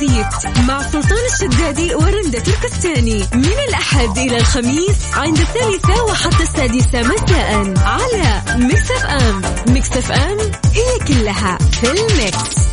ترانزيت مع سلطان الشدادي ورندة تركستاني من الأحد إلى الخميس عند 3 وحتى 6 مساء على ميكس اف ام. ميكس اف ام هي كلها في الميكس.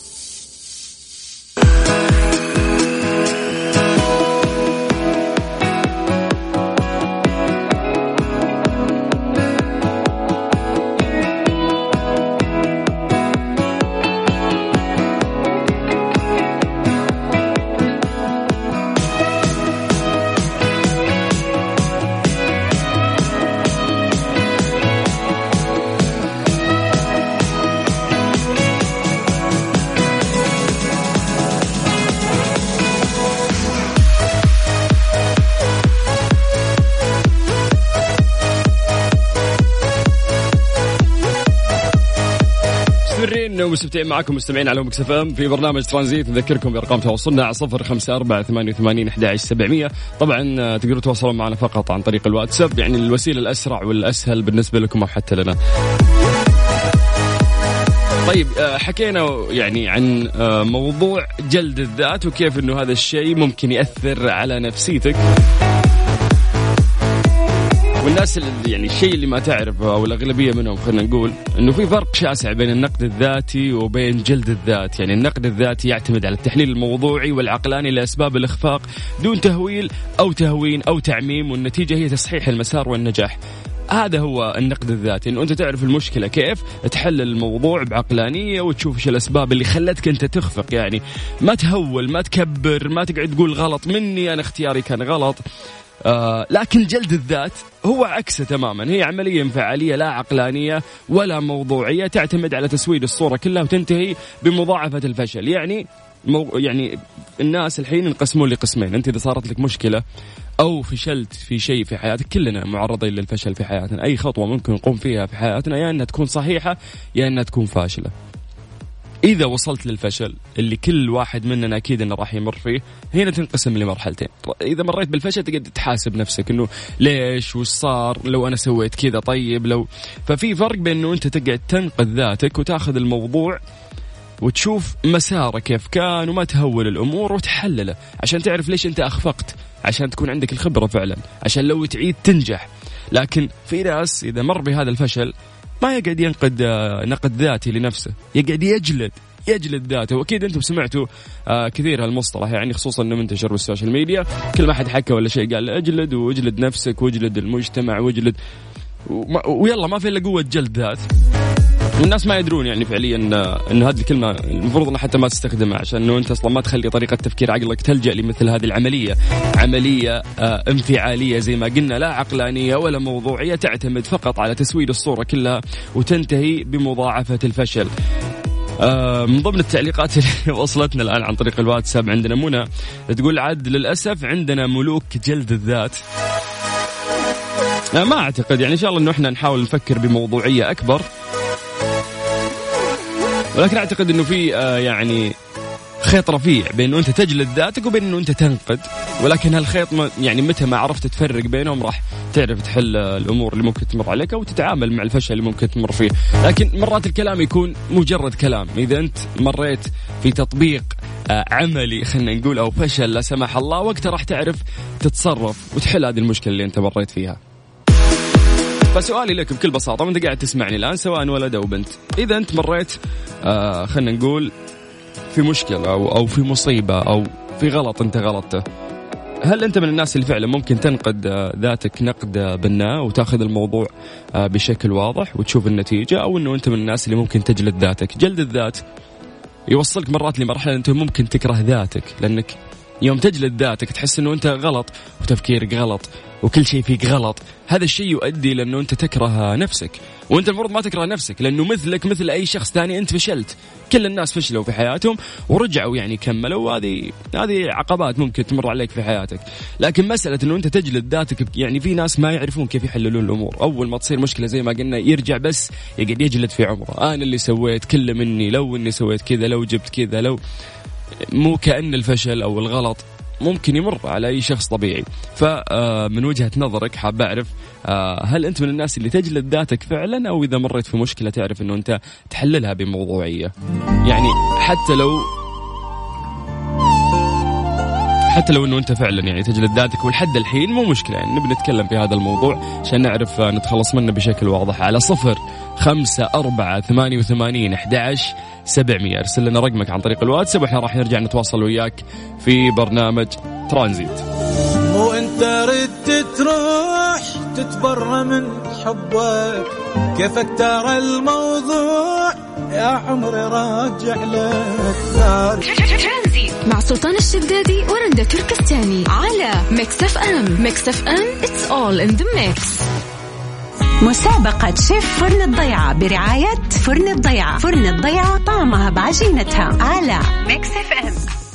ومستمتعين معكم مستمعين على ميكس اف ام في برنامج ترانزيت. نذكركم بأرقام تواصلنا على 0548811700. طبعا تقدروا تواصلون معنا فقط عن طريق الواتساب، يعني الوسيلة الأسرع والأسهل بالنسبة لكم أو حتى لنا. طيب حكينا يعني عن موضوع جلد الذات وكيف إنه هذا الشيء ممكن يأثر على نفسيتك. والناس يعني الشيء اللي ما تعرف أو الأغلبية منهم خلينا نقول إنه في فرق شاسع بين النقد الذاتي وبين جلد الذات. يعني النقد الذاتي يعتمد على التحليل الموضوعي والعقلاني لأسباب الإخفاق دون تهويل أو تهوين أو تعميم، والنتيجة هي تصحيح المسار والنجاح. هذا هو النقد الذاتي، إنه أنت تعرف المشكلة كيف، تحلل الموضوع بعقلانية وتشوف إيش الأسباب اللي خلتك أنت تخفق. يعني ما تهول، ما تكبر، ما تقعد تقول غلط مني أنا اختياري كان غلط. لكن جلد الذات هو عكسه تماما، هي عملية انفعالية لا عقلانية ولا موضوعية، تعتمد على تسويد الصورة كلها وتنتهي بمضاعفة الفشل. يعني الناس الحين انقسمون لقسمين. أنت إذا صارت لك مشكلة أو فشلت في شيء في حياتك، كلنا معرضين للفشل في حياتنا. أي خطوة ممكن نقوم فيها في حياتنا يا أنها تكون صحيحة يا أنها تكون فاشلة. إذا وصلت للفشل اللي كل واحد مننا أكيد أنه راح يمر فيه، هنا تنقسم لمرحلتين. إذا مريت بالفشل تقدر تحاسب نفسك إنه ليش وش صار، لو أنا سويت كذا طيب لو. ففي فرق بين إنه أنت تقعد تنقد ذاتك وتأخذ الموضوع وتشوف مساره كيف كان وما تهول الأمور وتحلله عشان تعرف ليش أنت أخفقت، عشان تكون عندك الخبرة فعلا، عشان لو تعيد تنجح. لكن في ناس إذا مر بهذا الفشل ما يقعد ينقد نقد ذاتي لنفسه، يقعد يجلد ذاته. وأكيد أنتم سمعتوا كثير هالمصطلح، يعني خصوصا أنه منتشر بالسوشيال ميديا. كل ما حد حكى ولا شيء قال اجلد واجلد نفسك واجلد المجتمع واجلد ويلا ما في إلا قوة جلد ذات. والناس ما يدرون يعني فعليا أن هذه الكلمة المفروض أنها حتى ما تستخدمها، عشان أنه أنت أصلا ما تخلي طريقة تفكير عقلك تلجأ لمثل هذه عملية انفعالية زي ما قلنا، لا عقلانية ولا موضوعية، تعتمد فقط على تسويد الصورة كلها وتنتهي بمضاعفة الفشل. من ضمن التعليقات اللي وصلتنا الآن عن طريق الواتساب عندنا منى تقول عاد للأسف عندنا ملوك جلد الذات. ما أعتقد، يعني إن شاء الله أنه إحنا نحاول نفكر بموضوعية أكبر، ولكن أعتقد أنه في يعني خيط رفيع بين أنه أنت تجلد ذاتك وبين أنه أنت تنقد. ولكن هالخيط يعني متى ما عرفت تفرق بينهم راح تعرف تحل الأمور اللي ممكن تمر عليك وتتعامل مع الفشل اللي ممكن تمر فيه. لكن مرات الكلام يكون مجرد كلام. إذا أنت مريت في تطبيق عملي خلينا نقول أو فشل لا سمح الله، وقتها راح تعرف تتصرف وتحل هذه المشكلة اللي أنت مريت فيها. فسؤالي لك بكل بساطة وانت قاعد تسمعني الآن سواء ولد أو بنت، إذا أنت مريت خلنا نقول في مشكلة أو في مصيبة أو في غلط أنت غلطته، هل أنت من الناس اللي فعلا ممكن تنقد ذاتك نقد بناء وتأخذ الموضوع بشكل واضح وتشوف النتيجة، أو أنه أنت من الناس اللي ممكن تجلد ذاتك؟ جلد الذات يوصلك مرات لمرحلة أنت ممكن تكره ذاتك، لأنك يوم تجلد ذاتك تحس أنه أنت غلط وتفكيرك غلط وكل شيء فيك غلط. هذا الشيء يؤدي لأنه أنت تكره نفسك، وأنت المفروض ما تكره نفسك، لأنه مثلك مثل أي شخص ثاني أنت فشلت. كل الناس فشلوا في حياتهم ورجعوا يعني كملوا، وهذه عقبات ممكن تمر عليك في حياتك. لكن مسألة أنه أنت تجلد ذاتك، يعني في ناس ما يعرفون كيف يحللون الأمور. أول ما تصير مشكلة زي ما قلنا يرجع بس يقعد يجلد في عمره، أنا اللي سويت كله مني، لو إني سويت كذا، لو جبت كذا، لو مو كأن الفشل أو الغلط ممكن يمر على أي شخص طبيعي. فمن وجهة نظرك حاب أعرف هل أنت من الناس اللي تجلد ذاتك فعلا، أو إذا مريت في مشكلة تعرف أنه أنت تحللها بموضوعية؟ يعني حتى لو حتى لو أنه أنت فعلا يعني تجلد ذاتك، والحد الحين مو مشكلة، يعني نبي نتكلم في هذا الموضوع عشان نعرف نتخلص منه بشكل واضح. على 0548811700 ارسل لنا رقمك عن طريق الواتساب، وإحنا راح نرجع نتواصل وياك في برنامج ترانزيت. مو انت ردت تروح تتبرى من حبك، كيفك ترى الموضوع يا عمري راجع لك نار. مع سلطان الشدادي ورندا تركستاني على ميكس اف ام. ميكس اف ام it's all in the mix. مسابقة شيف فرن الضيعة برعاية فرن الضيعة. فرن الضيعة طعمها بعجينتها على ميكس اف ام.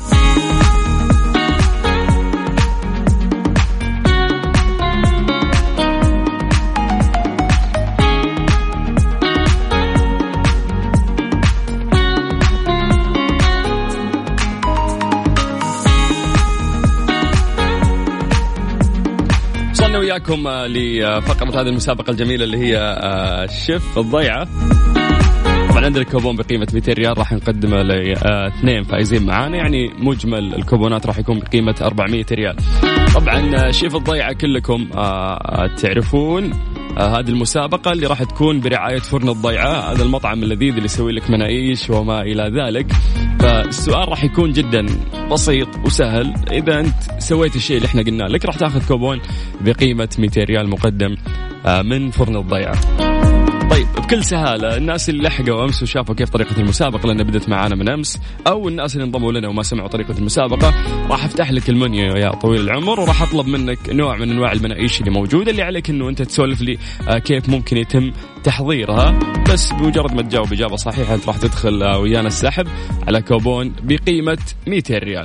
وياكم لفقرة هذه المسابقة الجميلة اللي هي شيف الضيعة. طبعا عندنا كوبون بقيمة 200 ريال راح نقدمه لاثنين فائزين معانا، يعني مجمل الكوبونات راح يكون بقيمة 400 ريال. طبعا شيف الضيعة كلكم تعرفون هذه المسابقة اللي راح تكون برعاية فرن الضيعة، هذا المطعم اللذيذ اللي يسوي لك مناقيش وما إلى ذلك. فالسؤال راح يكون جدا بسيط وسهل، إذا أنت سويت الشيء اللي احنا قلنا لك راح تاخذ كوبون بقيمة 200 ريال مقدم من فرن الضيعة. طيب بكل سهالة الناس اللي لحقوا أمس وشافوا كيف طريقة المسابقة لأنها بدت معانا من أمس، أو الناس اللي انضموا لنا وما سمعوا طريقة المسابقة، راح أفتح لك المنيو يا طويل العمر وراح أطلب منك نوع من أنواع المناقيش اللي موجودة، اللي عليك أنه أنت تسولف لي كيف ممكن يتم تحضيرها. بس بمجرد ما تجاوب إجابة صحيحة أنت راح تدخل ويانا السحب على كوبون بقيمة 200 ريال.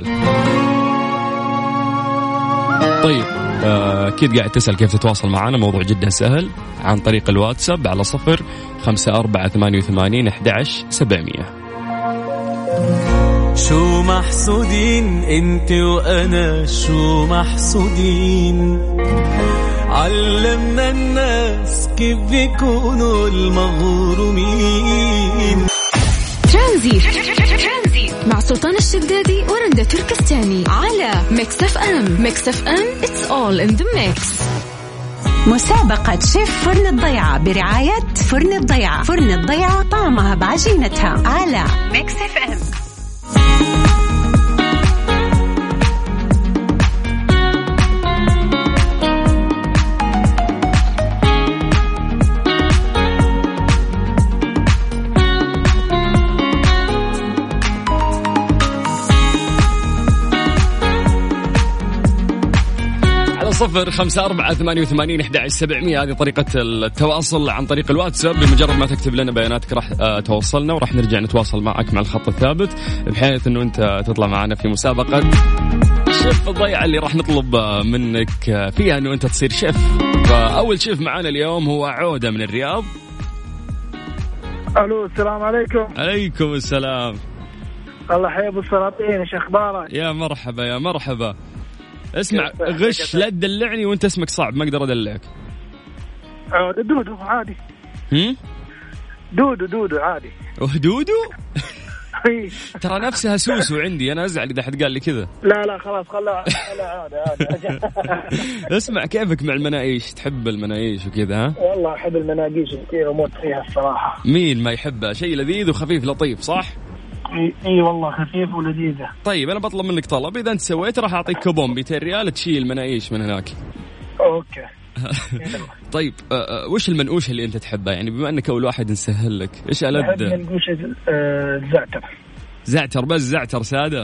طيب أكيد قاعد تسأل كيف تتواصل معنا، موضوع جدا سهل عن طريق الواتساب على 0548811700. شو محسودين انت وانا شو محسودين، علمنا الناس كيف بيكونوا المغرومين. ترانزيت مع سلطان الشدادي ورندا تركستاني على ميكس اف ام. ميكس اف ام it's all in the mix. مسابقة شيف فرن الضيعة برعاية فرن الضيعة. فرن الضيعة طعمها بعجينتها على ميكس اف ام. على 0548811700 هذه طريقة التواصل عن طريق الواتساب. بمجرد ما تكتب لنا بياناتك راح توصلنا وراح نرجع نتواصل معك مع الخط الثابت، بحيث انه انت تطلع معنا في مسابقة شيف الضيعة اللي راح نطلب منك فيها انه انت تصير شيف. فاول شيف معنا اليوم هو عودة من الرياض. الو السلام عليكم. عليكم السلام. الله حي ابو السلاطين، ايش اخبارك؟ يا مرحبا يا مرحبا. اسمع غش لا تدلعني وانت اسمك صعب ما اقدر ادلعك. دودو عادي. دودو عادي. دودو ترى نفسها سوسو عندي، انا ازعل اذا حد قال لي كذا. لا خلاص خلا عادي. اسمع كيفك مع المناقيش؟ تحب المناقيش وكذا ها؟ والله احب المناقيش كثير وموت فيها الصراحه. مين ما يحبها؟ شيء لذيذ وخفيف لطيف صح؟ اي والله خفيف ولذيذه. طيب انا بطلب منك طلب، اذا انت سويت راح اعطيك كوبون 200 ريال تشيل مناقيش من هناك. اوكي. طيب وش المنقوش اللي انت تحبه؟ يعني بما انك اول واحد نسهل لك، ايش ألذ؟ بحب منقوش الزعتر. زعتر بس؟ زعتر ساده؟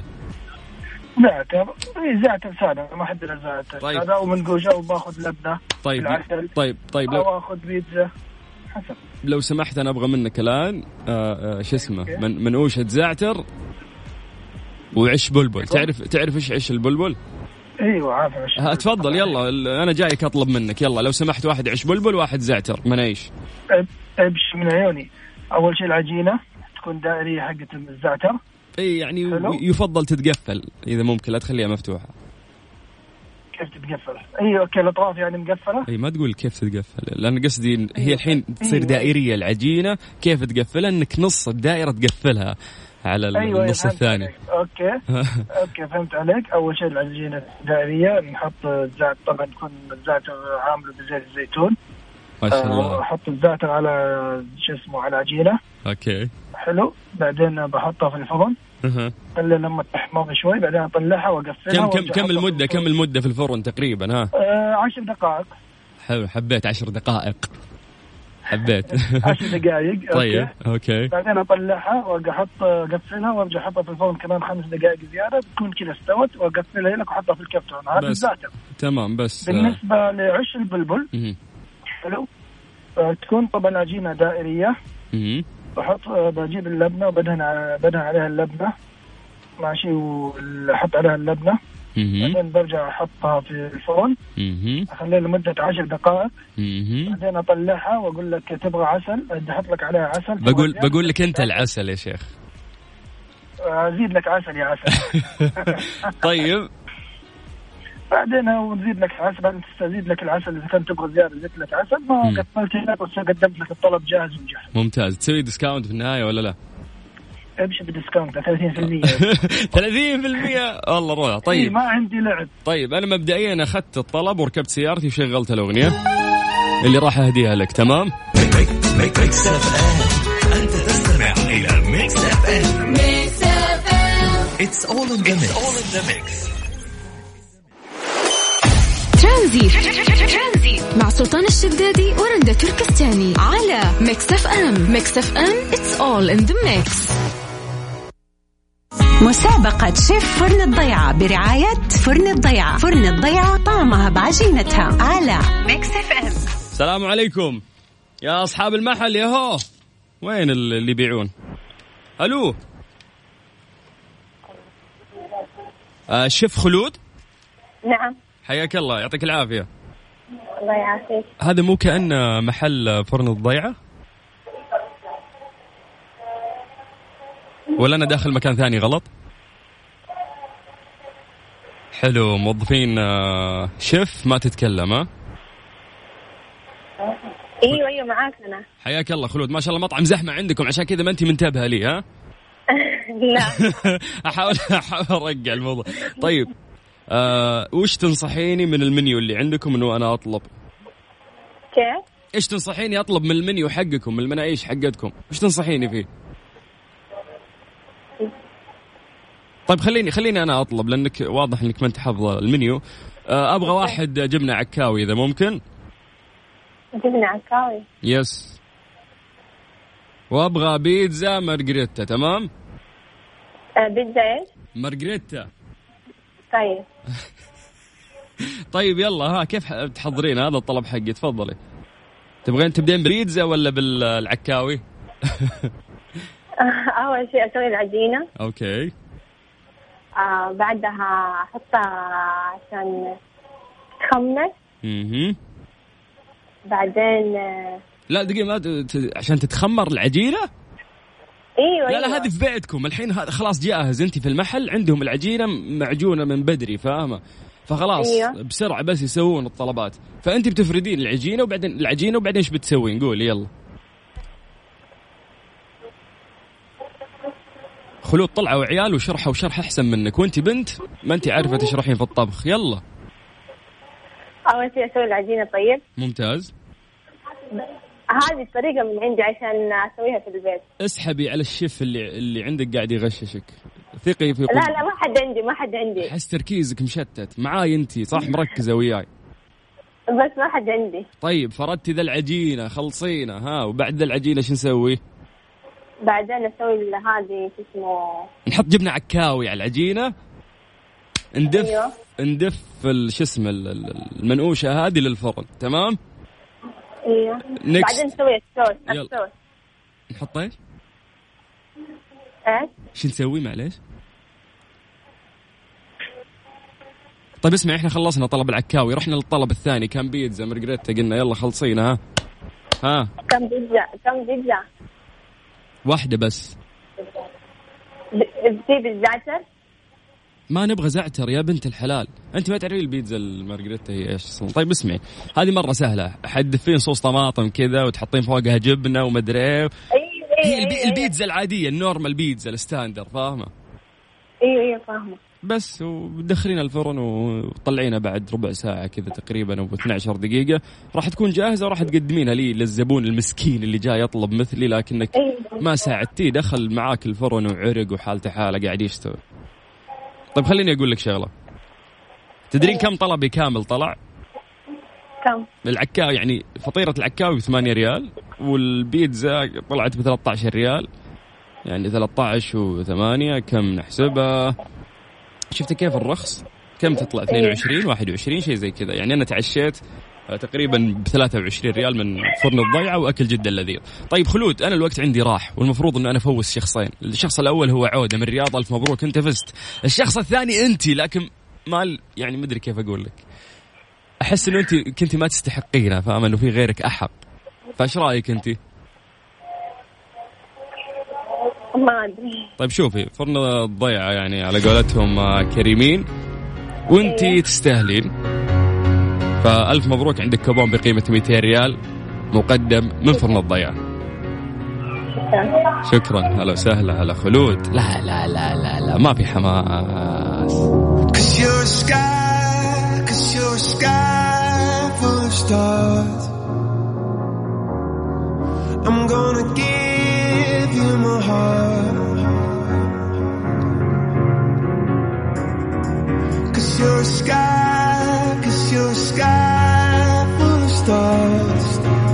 زعتر ساده، ما احب الزعتر. طيب. هذا او منقوش او باخذ لبنه. طيب طيب او اخذ بيتزا حسب. لو سمحت انا ابغى منك الان شو اسمه منقوشة زعتر وعيش بلبل. تعرف ايش عيش البلبل؟ ايوه عارف. تفضل يلا انا جايك اطلب منك، يلا لو سمحت واحد عيش بلبل واحد زعتر منايش. ابش من عيوني. اول شيء العجينه تكون دائريه حقت الزعتر. اي يعني يفضل تتقفل اذا ممكن، لا تخليها مفتوحه. كيف تتقفل؟ اي اوكي الاطراف يعني مقفله. اي ما تقول كيف تتقفل، لان قصدي هي الحين تصير دائريه العجينه، كيف تقفلها؟ انك نص الدائره تقفلها على أيوة النص الثاني. أوكي فهمت عليك. أول شيء العجينة الدائرية نحط الزعتر، طبعا يكون الزعتر عامله بزيت الزيتون ما شاء الله. أحط الزعتر على على العجينة. أوكي حلو. بعدين بحطها في الفرن خلي لما تحمر شوي، بعدين أطلعها وأقفلها. كم المدة في الفرن تقريبا؟ 10 دقائق. حلو، حبيت 10 دقائق، حبيت 10 دقائق. طيب أوكي. بعدين أطلعها وأقفلها وأرجع أحطها في الفرن كمان 5 دقائق زيادة، بتكون كذا استوت، وأقفلها لك وأحطها في الكرتون. هذا الزعتر. تمام. بس بالنسبة لعش البلبل حلو، تكون طبعا عجينة دائرية. بجيب اللبنة وبدهن عليها اللبنة، ماشي، وأحط عليها اللبنة. بعدين برجع أحطها في الفرن، أخليها لمدة 10 دقائق. بعدين أطلعها وأقول لك تبغى عسل، بدي أحط لك عليها عسل. بقول لك أنت العسل يا شيخ. أزيد لك عسل يا عسل. طيب بعدين ونزيد لك عسل، بعدين تزيد لك العسل إذا كنت تبغى زيادة زيد لك عسل. ما قفلت لك وقدمت لك الطلب جاهز ومجهز. ممتاز. تسوي ديسكاونت في النهاية ولا لا؟ امشي بديسكاونت 30%. 30% والله روعة. طيب ما عندي لعب. طيب أنا مبدئيا أخذت الطلب وركبت سيارتي وشغلت الأغنية اللي راح أهديها لك. تمام. ميكس اف ام. أنت تستمع إلى ميكس اف ام. ميكس اف ام. It's all in the mix. ترانزيت مع سلطان الشدادي ورندا تركستاني على ميكس اف ام. ميكس اف ام it's all in the mix. مسابقة شيف فرن الضيعة برعاية فرن الضيعة. فرن الضيعة طعمها بعجينتها على ميكس اف ام. السلام عليكم يا أصحاب المحل. ياهو وين اللي يبيعون؟ ألو شيف خلود؟ نعم. حياك الله، يعطيك العافية. الله يعافيك. هذا مو كأنه محل فرن الضيعة ولا أنا داخل مكان ثاني غلط؟ حلو، موظفين شيف ما تتكلم ها؟ ايوه معاك انا. حياك الله خلود، ما شاء الله مطعم زحمة عندكم عشان كذا ما انتي منتبهة لي ها؟ لا. احاول ارجع الموضوع. طيب وش تنصحيني من المنيو اللي عندكم انه انا اطلب؟ كيف؟ ايش تنصحيني اطلب من المنيو حقكم، من المناقيش حقتكم؟ ايش تنصحيني فيه؟ طيب خليني انا اطلب لانك واضح انك ما انت حافظه المنيو. ابغى واحد جبنه عكاوي اذا ممكن. جبنه عكاوي؟ يس. وابغى بيتزا مارغريتا. تمام. بيتزا ايش؟ مارغريتا. طيب. طيب يلا ها، كيف تحضرين هذا الطلب حقي؟ تفضلي. تبغين تبدين بالبيتزا ولا بالعكاوي؟ اول شيء اسوي العجينه. اوكي. بعدها احطها عشان تخمر. بعدين لا دقيقة، عشان تتخمر العجينة؟ ايوه. لا هذه في بيتكم الحين، هذا خلاص جاهز. انت في المحل عندهم العجينة معجونة من بدري، فاهمة؟ فخلاص أيوة. بسرعة بس يسوون الطلبات. فانت بتفردين العجينة وبعدين ايش بتسوين؟ قولي يلا. خلود طلعوا عيال وشرحوا شرح احسن منك، وانت بنت ما انت عارفة تشرحين في الطبخ. يلا. اول شيء اسوي العجينة. طيب ممتاز. هذه الطريقة من عندي عشان اسويها في البيت. اسحبي على الشيف اللي عندك قاعد يغششك. ثقي في لا ما حد عندي. حس تركيزك مشتت معاي. انتي صح مركزة وياي بس ما حد عندي. طيب فردتي ذا العجينة خلصينا ها، وبعد ذا العجينة شو نسوي؟ بعدين اسوي هذه اسمه نحط جبنة عكاوي على العجينة. ندف. أيوة. ندف شو اسمه المنقوشة هذه للفرن. تمام. ايوه. بعدين نسوي الصوص. نحط ايش؟ شو نسوي معليش؟ طيب اسمع، احنا خلصنا طلب العكاوي، رحنا للطلب الثاني كان بيتزا مارغريتا، قلنا يلا خلصينا ها. كم بيتزا؟ واحدة بس. بتجيب الزعتر؟ ما نبغى زعتر يا بنت الحلال، انت ما تعرفين البيتزا المارغريتا هي ايش. طيب اسمعي، هذه مرة سهلة، حتدفين صوص طماطم كذا وتحطين فوقها جبنة ومدري ايه. هي البيتزا العادية النورمال بيتزا الستاندر، فاهمة؟ ايوه فاهمة. بس وتدخلينها الفرن وطلعينها بعد ربع ساعة كذا تقريبا أو 12 دقيقة راح تكون جاهزة، وراح تقدمينها لي للزبون المسكين اللي جاي يطلب مثلي لكنك ما ساعدتيه، دخل معاك الفرن وعرق وحالته حالة قاعد يشتغل. طيب خليني أقول لك شغلة، تدرين كم طلبي كامل طلع؟ كم؟ العكاوي يعني فطيرة العكاوي ب8 ريال، والبيتزا طلعت ب13 ريال، يعني 13 و8 كم نحسبها؟ شفت كيف الرخص؟ كم تطلع؟ 22 21 شيء زي كذا. يعني أنا تعشيت تقريبا ب23 ريال من فرن الضيعة وأكل جدا لذيذ. طيب خلود، أنا الوقت عندي راح، والمفروض أنه أنا أفوز شخصين. الشخص الأول هو عودة من الرياض، ألف مبروك أنت فزت. الشخص الثاني أنت، لكن ما يعني مدري كيف أقول لك، أحس أنه أنت كنت ما تستحقينها، فاهمة أنه في غيرك أحق. فايش رأيك أنت؟ ما أدري. طيب شوفي، فرن الضيعة يعني على قولتهم كريمين وانتي تستاهلين، فألف مبروك، عندك كوبون بقيمة 200 ريال مقدم من فرن الضيعة. شكرا. هلا وسهلا. هلا خلود. لا لا لا لا لا ما في حماس. I'm gonna give you my heart, 'cause you're a sky full of stars.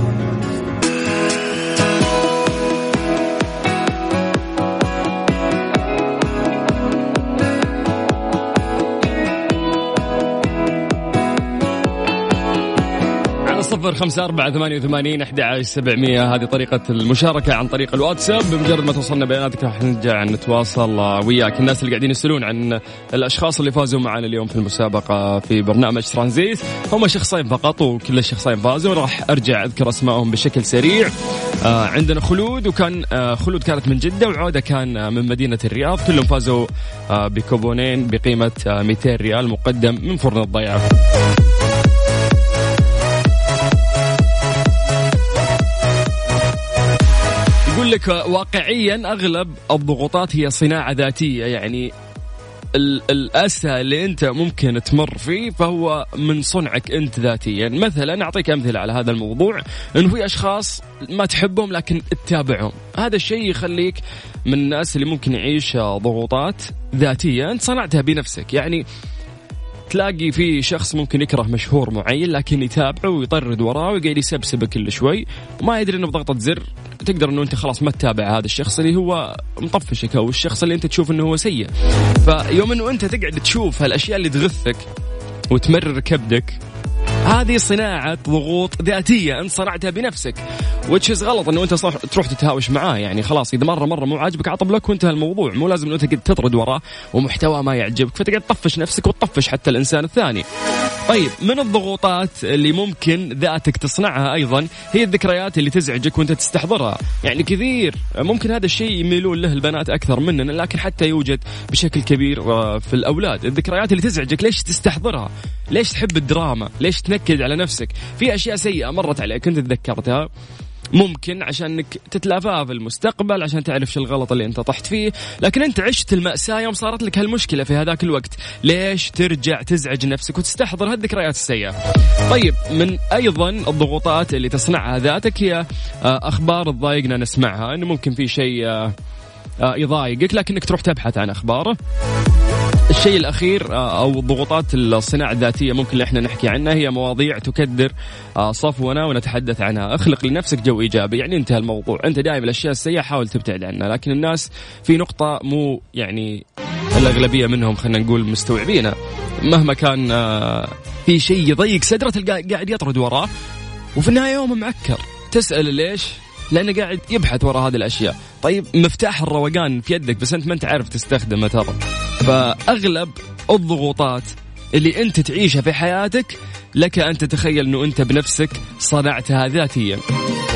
على 0548811700 هذه طريقة المشاركة عن طريق الواتساب. بمجرد ما توصلنا بياناتك راح نرجع نتواصل وياك. الناس اللي قاعدين يسألون عن الأشخاص اللي فازوا معنا اليوم في المسابقة في برنامج ترانزيت، هم شخصين فقط وكل الشخصين فازوا. راح أرجع أذكر أسمائهم بشكل سريع. عندنا خلود، وكان خلود كانت من جدة، وعودة كان من مدينة الرياض. كلهم فازوا بكوبونين بقيمة 200 ريال مقدم من فرن الضيعة. يقول لك واقعيا أغلب الضغوطات هي صناعة ذاتية، يعني الأسى اللي أنت ممكن تمر فيه فهو من صنعك أنت ذاتيا. مثلا أعطيك أمثلة على هذا الموضوع، إنه في أشخاص ما تحبهم لكن تتابعهم، هذا الشيء يخليك من الناس اللي ممكن يعيش ضغوطات ذاتية أنت صنعتها بنفسك. يعني تلاقي في شخص ممكن يكره مشهور معين لكن يتابعه ويطرد وراه ويقعد يسبسبه كل شوي وما يدري انه بضغطة زر تقدر انه انت خلاص ما تتابع هذا الشخص اللي هو مطفشك او الشخص اللي انت تشوف انه هو سيء. فيوم انه انت تقعد تشوف هالاشياء اللي تغثك وتمرر كبدك، هذه صناعة ضغوط ذاتية أنت صنعتها بنفسك، وتشيز غلط أنه أنت تروح تتهاوش معاه. يعني خلاص إذا مرة مو عاجبك عطب لك وانتهى الموضوع، مو لازم أنه أنت تطرد وراه ومحتوى ما يعجبك فتقعد تطفش نفسك وتطفش حتى الإنسان الثاني. طيب من الضغوطات اللي ممكن ذاتك تصنعها أيضا هي الذكريات اللي تزعجك وانت تستحضرها. يعني كثير ممكن هذا الشيء يميلون له البنات أكثر مننا، لكن حتى يوجد بشكل كبير في الأولاد. الذكريات اللي تزعجك ليش تستحضرها؟ ليش تحب الدراما؟ ليش تنكد على نفسك؟ في أشياء سيئة مرت عليك كنت تذكرتها ممكن عشانك تتلافاها في المستقبل عشان تعرف شو الغلط اللي انت طحت فيه، لكن انت عشت المأساة يوم صارت لك هالمشكلة في هذاك الوقت. ليش ترجع تزعج نفسك وتستحضر هالذكريات السيئة؟ طيب من أيضا الضغوطات اللي تصنعها ذاتك هي أخبار تضايقنا نسمعها، إنه ممكن في شيء يضايقك لكنك تروح تبحث عن أخباره. الشيء الأخير أو ضغوطات الصناعة الذاتية ممكن اللي احنا نحكي عنها هي مواضيع تكدر صفونا ونتحدث عنها. اخلق لنفسك جو إيجابي، يعني انتهى الموضوع. انت دائما الأشياء السيئة حاول تبتعد عنها، لكن الناس في نقطة مو يعني الأغلبية منهم خلينا نقول مستوعبينها، مهما كان في شيء يضيق صدره تلقى قاعد يطرد وراه وفي النهاية يوم معكر. تسأل ليش؟ لأنه قاعد يبحث وراء هذه الأشياء. طيب مفتاح الروقان في يدك بس أنت ما أنت عارف تستخدمه ترى. فأغلب الضغوطات اللي أنت تعيشها في حياتك لك أن تتخيل أنه أنت بنفسك صنعتها ذاتيا.